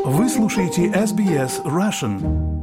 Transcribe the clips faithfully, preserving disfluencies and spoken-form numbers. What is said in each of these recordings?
Вы слушаете эс би эс Russian.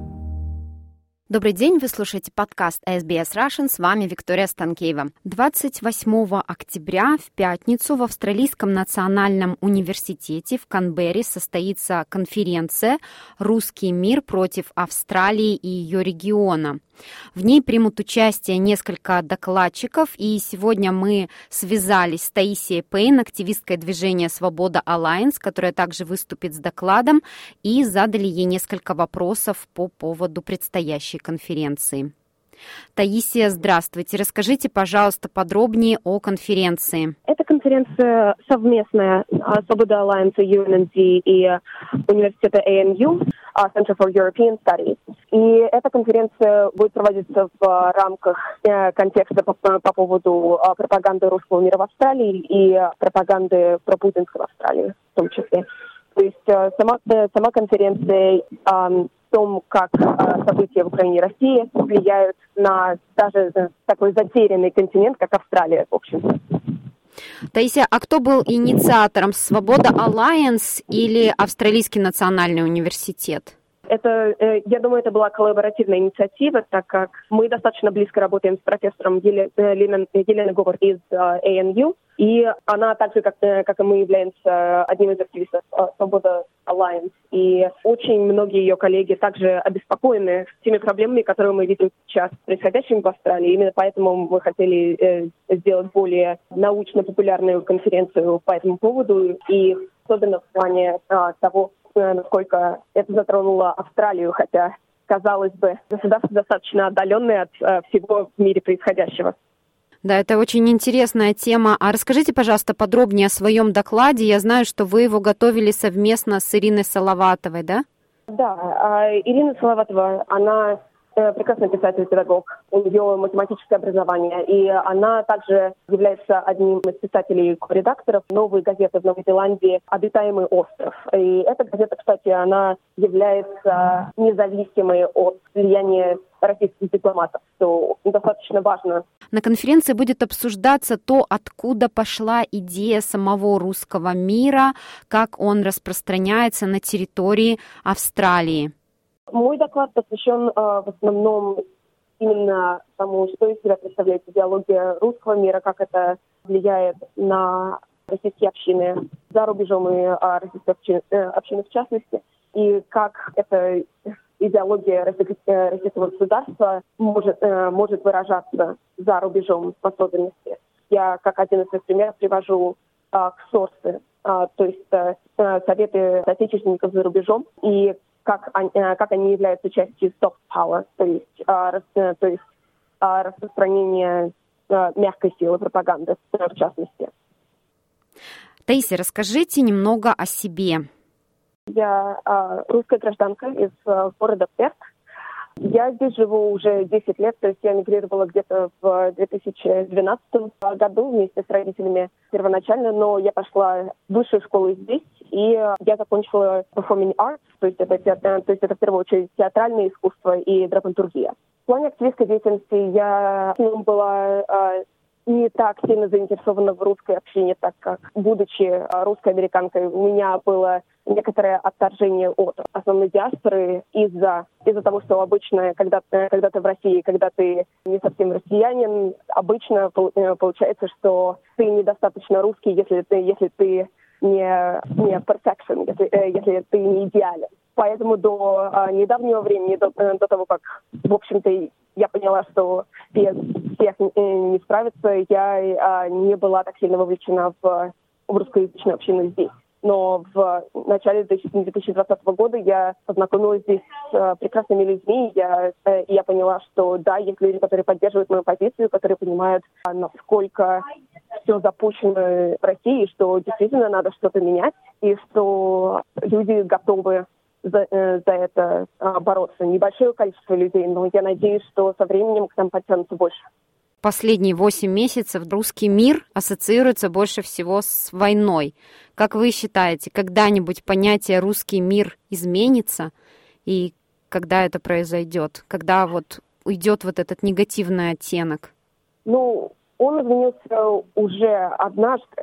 Добрый день, вы слушаете подкаст эс би эс Russian, с вами Виктория Станкеева. двадцать восьмого октября в пятницу в Австралийском национальном университете в Канберре состоится конференция «Русский мир против Австралии и ее региона». В ней примут участие несколько докладчиков, и сегодня мы связались с Таисией Пейн, активисткой движения «Свобода Alliance», которая также выступит с докладом, и задали ей несколько вопросов по поводу предстоящей конференции. Таисия, здравствуйте. Расскажите, пожалуйста, подробнее о конференции. Это конференция совместная «Свобода Alliance» ю эн эн ди и университета эй эн ю, Center for European Studies. И эта конференция будет проводиться в рамках контекста по, по поводу пропаганды русского мира в Австралии и пропаганды пропутинской в Австралии в том числе. То есть сама, сама конференция о том, как события в Украине и России влияют на даже такой затерянный континент, как Австралия, в общем-то. Таисия, а кто был инициатором? «Свобода Alliance» или Австралийский национальный университет? Это, я думаю, это была коллаборативная инициатива, так как мы достаточно близко работаем с профессором Еленой Говор из эй эн ю, и она также, как, как и мы, является одним из активистов «Свобода Alliance». И очень многие ее коллеги также обеспокоены теми проблемами, которые мы видим сейчас происходящими в Австралии. Именно поэтому мы хотели э, сделать более научно-популярную конференцию по этому поводу, и особенно в плане э, того, насколько это затронуло Австралию, хотя, казалось бы, государство достаточно отдаленное от э, всего в мире происходящего. Да, это очень интересная тема. А расскажите, пожалуйста, подробнее о своем докладе. Я знаю, что вы его готовили совместно с Ириной Салаватовой, да? Да, Ирина Салаватова, она прекрасный писатель-педагог, у нее математическое образование, и она также является одним из писателей-редакторов новой газеты в Новой Зеландии «Обитаемый остров». И эта газета, кстати, она является независимой от влияния российских дипломатов, что достаточно важно. На конференции будет обсуждаться то, откуда пошла идея самого русского мира, как он распространяется на территории Австралии. Мой доклад посвящен э, в основном именно тому, что из себя представляет идеология русского мира, как это влияет на российские общины за рубежом и э, российские общины, э, общины в частности, и как эта идеология российского, российского государства может, э, может выражаться за рубежом в особенности. Я, как один из своих примеров, привожу э, сорсы, э, то есть э, советы соотечественников за рубежом, и как они, как они являются частью soft power, то есть, а, то есть а, распространение а, мягкой силы пропаганды, в частности. Таисия, расскажите немного о себе. Я а, русская гражданка из а, города Перт. Я здесь живу уже десять лет, то есть я мигрировала где-то в две тысячи двенадцатом году вместе с родителями первоначально, но я пошла в высшую школу здесь, и я закончила performing arts, то есть это, то есть это в первую очередь театральное искусство и драматургия. В плане активистской деятельности я была а, не так сильно заинтересована в русской общине, так как, будучи русской американкой, у меня было некоторое отторжение от основной диаспоры из-за, из-за того, что обычно, когда, когда ты в России, когда ты не совсем россиянин, обычно получается, что ты недостаточно русский, если ты, если ты не, не perfection, если, если ты не идеален. Поэтому до а, недавнего времени, до, до того, как, в общем-то, я поняла, что без всех не справиться, я а, не была так сильно вовлечена в, в русскоязычную общину здесь. Но в начале две тысячи двадцатого года я познакомилась здесь с а, прекрасными людьми, и я, и я поняла, что да, есть люди, которые поддерживают мою позицию, которые понимают, а, насколько все запущено в России, что действительно надо что-то менять, и что люди готовы за, за это а, бороться. Небольшое количество людей, но я надеюсь, что со временем к нам подтянутся больше. Последние восемь месяцев русский мир ассоциируется больше всего с войной. Как вы считаете, когда-нибудь понятие «русский мир» изменится? И когда это произойдет? Когда вот уйдет вот этот негативный оттенок? Ну, он изменился уже однажды,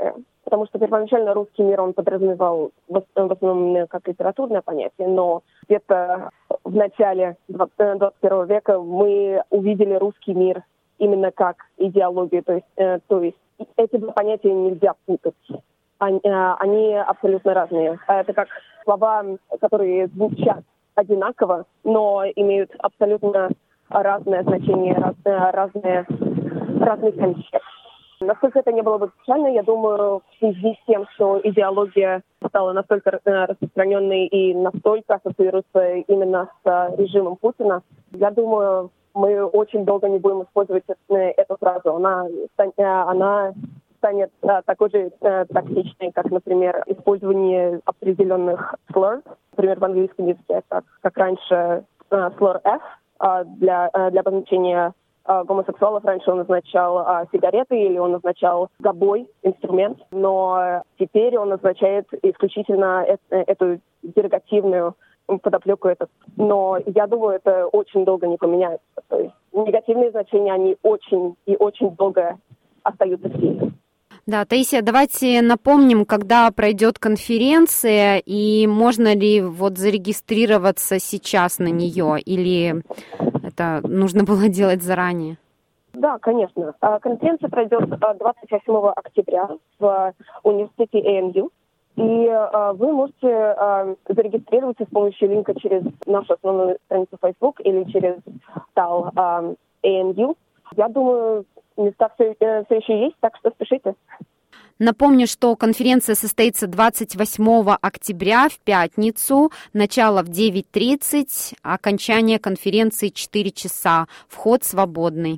потому что первоначально русский мир, он подразумевал в основном как литературное понятие, но где-то в начале двадцать первого века мы увидели русский мир именно как идеологию, то есть, э, то есть эти два понятия нельзя путать. Они, э, они абсолютно разные. Это как слова, которые звучат одинаково, но имеют абсолютно разное значение, разное, разное, разный контекст. Насколько это не было бы печально, я думаю, в связи с тем, что идеология стала настолько распространенной и настолько ассоциируется именно с режимом Путина, я думаю, мы очень долго не будем использовать эту фразу. Она, она станет такой же токсичной, как, например, использование определенных slurs, например, в английском языке, как, как раньше slur F для, для обозначения гомосексуалов. Раньше он означал а, сигареты или он означал гобой, инструмент, но теперь он означает исключительно э- эту дерогативную подоплеку. Этот. Но я думаю, это очень долго не поменяется. То есть негативные значения, они очень и очень долго остаются в силе. Да, Таисия, давайте напомним, когда пройдет конференция и можно ли вот зарегистрироваться сейчас на нее или это нужно было делать заранее? Да, конечно. Конференция пройдет двадцать восьмого октября в университете эй эн ю. И вы можете зарегистрироваться с помощью линка через нашу основную страницу Facebook или через портал эй эн ю. Я думаю, места все, все еще есть, так что спешите. Напомню, что конференция состоится двадцать восьмого октября в пятницу, начало в девять тридцать, окончание конференции четыре часа. Вход свободный.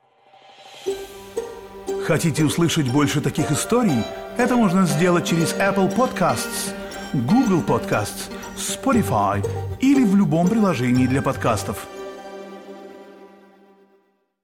Хотите услышать больше таких историй? Это можно сделать через Apple Podcasts, Google Podcasts, Spotify или в любом приложении для подкастов.